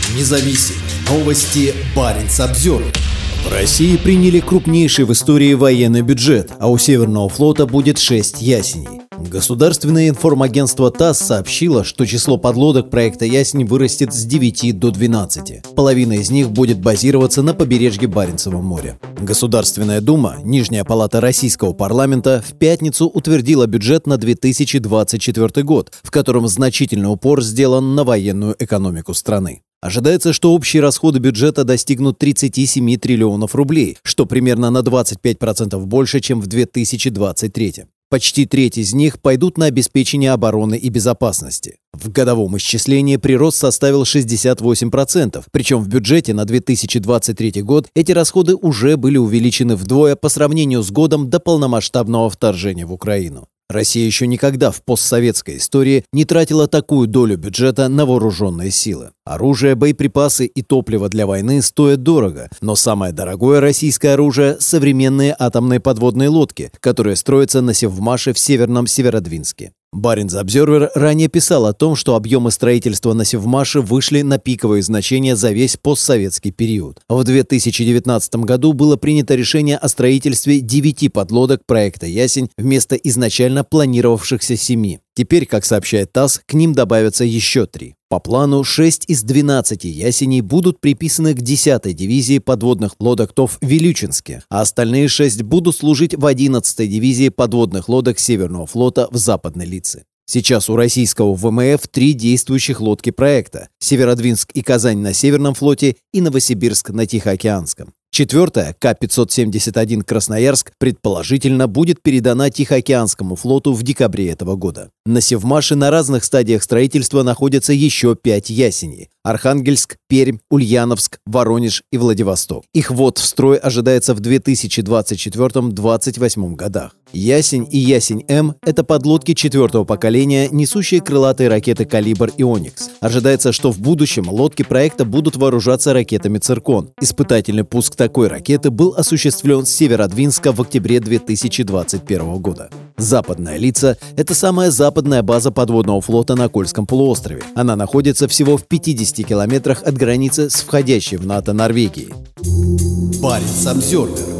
Независимые новости. Баренц-Обзервер. В России приняли крупнейший в истории военный бюджет, а у Северного флота будет 6 ясеней. Государственное информагентство ТАСС сообщило, что число подлодок проекта «Ясень» вырастет с 9 до 12. Половина из них будет базироваться на побережье Баренцева моря. Государственная дума, нижняя палата российского парламента, в пятницу утвердила бюджет на 2024 год, в котором значительный упор сделан на военную экономику страны. Ожидается, что общие расходы бюджета достигнут 37 триллионов рублей, что примерно на 25% больше, чем в 2023. Почти треть из них пойдут на обеспечение обороны и безопасности. В годовом исчислении прирост составил 68%, причем в бюджете на 2023 год эти расходы уже были увеличены вдвое по сравнению с годом до полномасштабного вторжения в Украину. Россия еще никогда в постсоветской истории не тратила такую долю бюджета на вооруженные силы. Оружие, боеприпасы и топливо для войны стоят дорого, но самое дорогое российское оружие – современные атомные подводные лодки, которые строятся на Севмаше в Северном Северодвинске. Баренц-Обзервер ранее писал о том, что объемы строительства на Севмаше вышли на пиковые значения за весь постсоветский период. В 2019 году было принято решение о строительстве 9 подлодок проекта «Ясень» вместо изначально планировавшихся 7. Теперь, как сообщает ТАСС, к ним добавятся еще 3. По плану 6 из 12 ясеней будут приписаны к 10-й дивизии подводных лодок ТОВ «Вилючинске», а остальные 6 будут служить в 11-й дивизии подводных лодок Северного флота в Западной Лице. Сейчас у российского ВМФ 3 действующих лодки проекта – Северодвинск и Казань на Северном флоте и Новосибирск на Тихоокеанском. 4-я, К-571 «Красноярск», предположительно будет передана Тихоокеанскому флоту в декабре этого года. На Севмаше на разных стадиях строительства находятся еще 5 ясеней – Архангельск, Пермь, Ульяновск, Воронеж и Владивосток. Их ввод в строй ожидается в 2024-2028 годах. «Ясень» и «Ясень-М» – это подлодки 4-го поколения, несущие крылатые ракеты «Калибр» и «Оникс». Ожидается, что в будущем лодки проекта будут вооружаться ракетами «Циркон». Испытательный пуск такой ракеты был осуществлен с Северодвинска в октябре 2021 года. Западная Лица – это самая западная база подводного флота на Кольском полуострове. Она находится всего в 50 километрах от границы с входящей в НАТО Норвегией. Баренц-Обзервер.